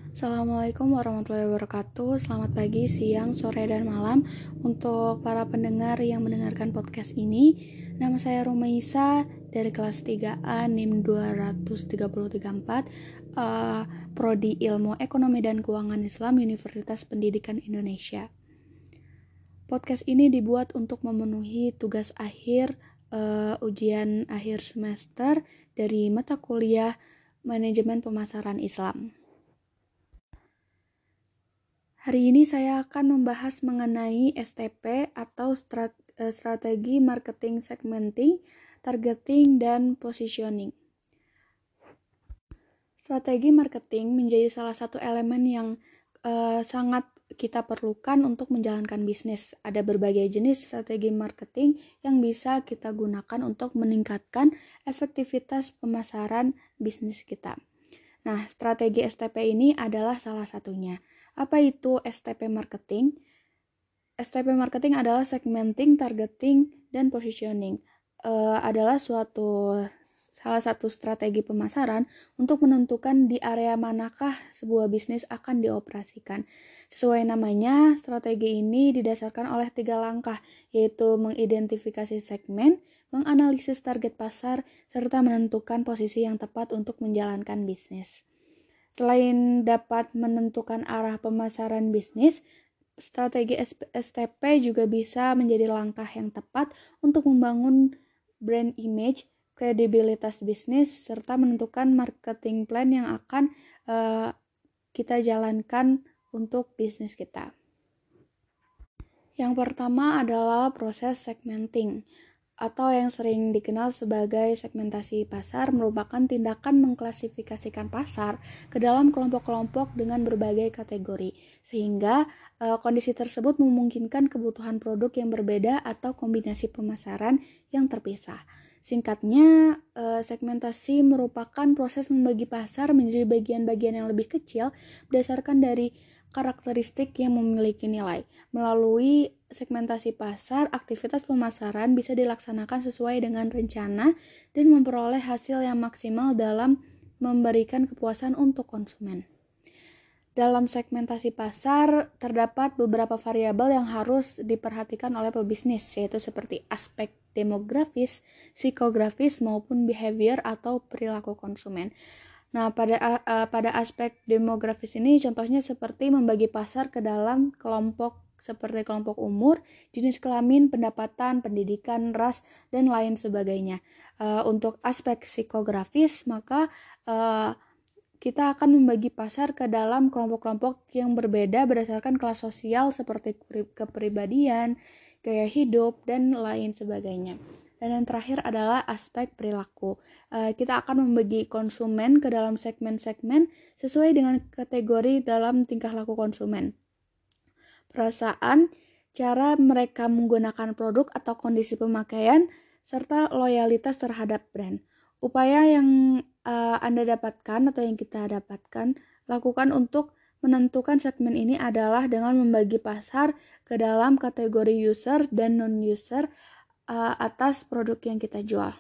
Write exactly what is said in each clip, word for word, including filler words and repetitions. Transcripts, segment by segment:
Assalamualaikum warahmatullahi wabarakatuh. Selamat pagi, siang, sore, dan malam untuk para pendengar yang mendengarkan podcast ini. Nama saya Rumaisa dari kelas tiga A N I M dua tiga nol tiga empat, uh, Prodi Ilmu Ekonomi dan Keuangan Islam Universitas Pendidikan Indonesia. Podcast ini dibuat untuk memenuhi tugas akhir uh, ujian akhir semester dari mata kuliah Manajemen Pemasaran Islam. Hari ini saya akan membahas mengenai S T P atau strategi marketing segmenting, targeting, dan positioning. Strategi marketing menjadi salah satu elemen yang uh, sangat kita perlukan untuk menjalankan bisnis. Ada berbagai jenis strategi marketing yang bisa kita gunakan untuk meningkatkan efektivitas pemasaran bisnis kita. Nah, strategi S T P ini adalah salah satunya. Apa itu S T P marketing? S T P marketing adalah segmenting, targeting, dan positioning. E, adalah suatu salah satu strategi pemasaran untuk menentukan di area manakah sebuah bisnis akan dioperasikan. Sesuai namanya, strategi ini didasarkan oleh tiga langkah, yaitu mengidentifikasi segmen, menganalisis target pasar, serta menentukan posisi yang tepat untuk menjalankan bisnis. Selain dapat menentukan arah pemasaran bisnis, strategi S T P juga bisa menjadi langkah yang tepat untuk membangun brand image, kredibilitas bisnis, serta menentukan marketing plan yang akan uh, kita jalankan untuk bisnis kita. Yang pertama adalah proses segmenting, atau yang sering dikenal sebagai segmentasi pasar, merupakan tindakan mengklasifikasikan pasar ke dalam kelompok-kelompok dengan berbagai kategori, sehingga e, kondisi tersebut memungkinkan kebutuhan produk yang berbeda atau kombinasi pemasaran yang terpisah. Singkatnya, e, segmentasi merupakan proses membagi pasar menjadi bagian-bagian yang lebih kecil berdasarkan dari karakteristik yang memiliki nilai. Melalui segmentasi pasar, aktivitas pemasaran bisa dilaksanakan sesuai dengan rencana dan memperoleh hasil yang maksimal dalam memberikan kepuasan untuk konsumen. Dalam segmentasi pasar, terdapat beberapa variabel yang harus diperhatikan oleh pebisnis, yaitu seperti aspek demografis, psikografis, maupun behavior atau perilaku konsumen. Nah, pada uh, pada aspek demografis ini contohnya seperti membagi pasar ke dalam kelompok seperti kelompok umur, jenis kelamin, pendapatan, pendidikan, ras, dan lain sebagainya. Uh, untuk aspek psikografis, maka uh, kita akan membagi pasar ke dalam kelompok-kelompok yang berbeda berdasarkan kelas sosial seperti kepribadian, gaya hidup, dan lain sebagainya. Dan yang terakhir adalah aspek perilaku. Uh, kita akan membagi konsumen ke dalam segmen-segmen sesuai dengan kategori dalam tingkah laku konsumen. Perasaan, cara mereka menggunakan produk atau kondisi pemakaian, serta loyalitas terhadap brand. Upaya yang uh, Anda dapatkan atau yang kita dapatkan, lakukan untuk menentukan segmen ini adalah dengan membagi pasar ke dalam kategori user dan non-user uh, atas produk yang kita jual.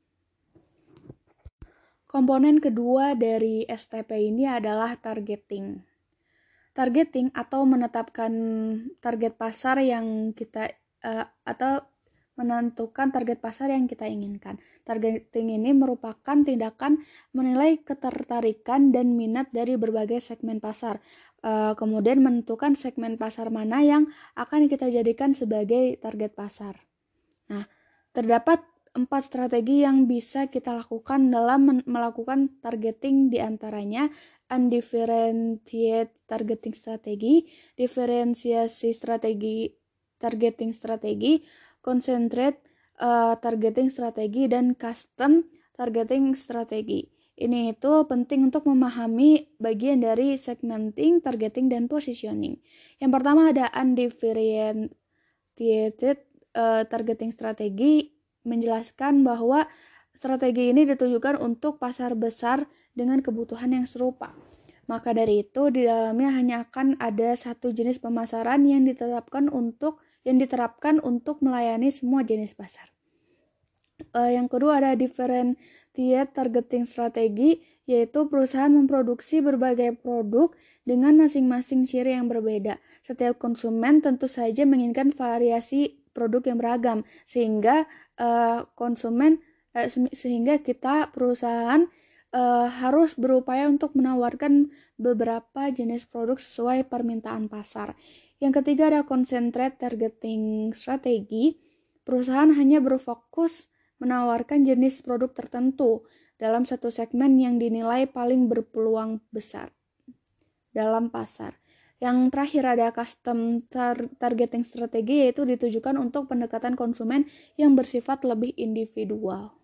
Komponen kedua dari S T P ini adalah targeting. Targeting atau menetapkan target pasar yang kita uh, atau menentukan target pasar yang kita inginkan. Targeting ini merupakan tindakan menilai ketertarikan dan minat dari berbagai segmen pasar. Uh, kemudian menentukan segmen pasar mana yang akan kita jadikan sebagai target pasar. Nah, terdapat empat strategi yang bisa kita lakukan dalam men- melakukan targeting, diantaranya undifferentiated targeting strategi, diferensiasi strategi targeting strategi, concentrate uh, targeting strategi, dan custom targeting strategi. Ini itu penting untuk memahami bagian dari segmenting, targeting, dan positioning. Yang pertama ada undifferentiated uh, targeting strategi, menjelaskan bahwa strategi ini ditujukan untuk pasar besar dengan kebutuhan yang serupa. Maka dari itu di dalamnya hanya akan ada satu jenis pemasaran yang ditetapkan untuk yang diterapkan untuk melayani semua jenis pasar. Uh, yang kedua ada differentiated targeting strategi, yaitu perusahaan memproduksi berbagai produk dengan masing-masing ciri yang berbeda. Setiap konsumen tentu saja menginginkan variasi produk yang beragam, sehingga uh, konsumen uh, sehingga kita perusahaan uh, harus berupaya untuk menawarkan beberapa jenis produk sesuai permintaan pasar. Yang ketiga ada concentrate targeting strategi. Perusahaan hanya berfokus menawarkan jenis produk tertentu dalam satu segmen yang dinilai paling berpeluang besar dalam pasar. Yang terakhir ada custom tar- targeting strategi, yaitu ditujukan untuk pendekatan konsumen yang bersifat lebih individual.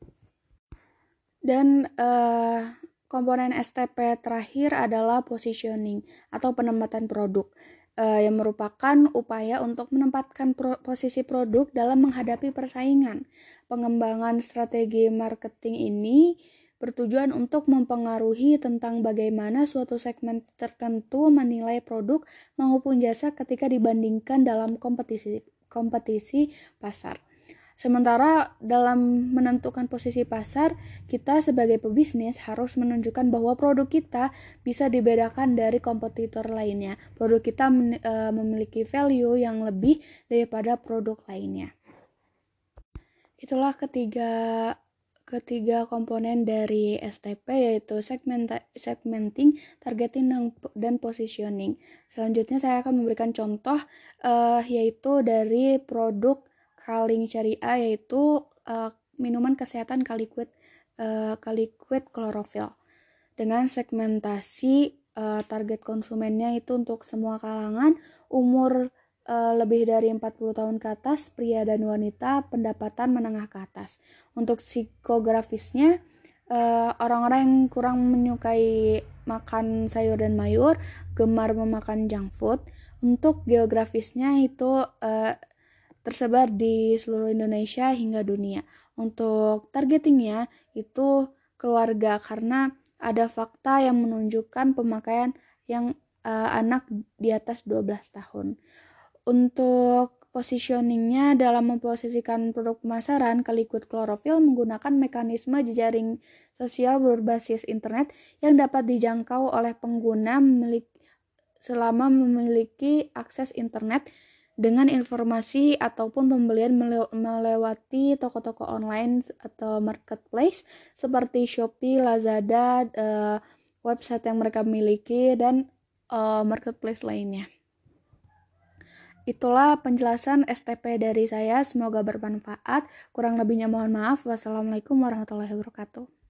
Dan uh, komponen S T P terakhir adalah positioning atau penempatan produk, uh, yang merupakan upaya untuk menempatkan pro- posisi produk dalam menghadapi persaingan. Pengembangan strategi marketing ini bertujuan untuk mempengaruhi tentang bagaimana suatu segmen tertentu menilai produk maupun jasa ketika dibandingkan dalam kompetisi kompetisi pasar. Sementara dalam menentukan posisi pasar, kita sebagai pebisnis harus menunjukkan bahwa produk kita bisa dibedakan dari kompetitor lainnya. Produk kita men, e, memiliki value yang lebih daripada produk lainnya. Itulah ketiga ketiga komponen dari S T P, yaitu segmenta, segmenting, targeting, dan positioning. Selanjutnya saya akan memberikan contoh uh, yaitu dari produk Kaling Syariah, yaitu uh, minuman kesehatan Kaliquid uh, Kaliquid Chlorophyll dengan segmentasi uh, target konsumennya itu untuk semua kalangan, umur uh, lebih dari empat puluh tahun ke atas, pria dan wanita, pendapatan menengah ke atas. Untuk psikografisnya, uh, orang-orang yang kurang menyukai makan sayur dan mayur, gemar memakan junk food. Untuk geografisnya itu uh, tersebar di seluruh Indonesia hingga dunia. Untuk targetingnya itu keluarga, karena ada fakta yang menunjukkan pemakaian yang uh, anak di atas dua belas tahun. Untuk positioningnya dalam memposisikan produk pemasaran, Kaliquid Chlorophyll menggunakan mekanisme jejaring sosial berbasis internet yang dapat dijangkau oleh pengguna memiliki, selama memiliki akses internet, dengan informasi ataupun pembelian melewati toko-toko online atau marketplace seperti Shopee, Lazada, uh, website yang mereka miliki, dan uh, marketplace lainnya. Itulah penjelasan S T P dari saya, semoga bermanfaat. Kurang lebihnya mohon maaf. Wassalamualaikum warahmatullahi wabarakatuh.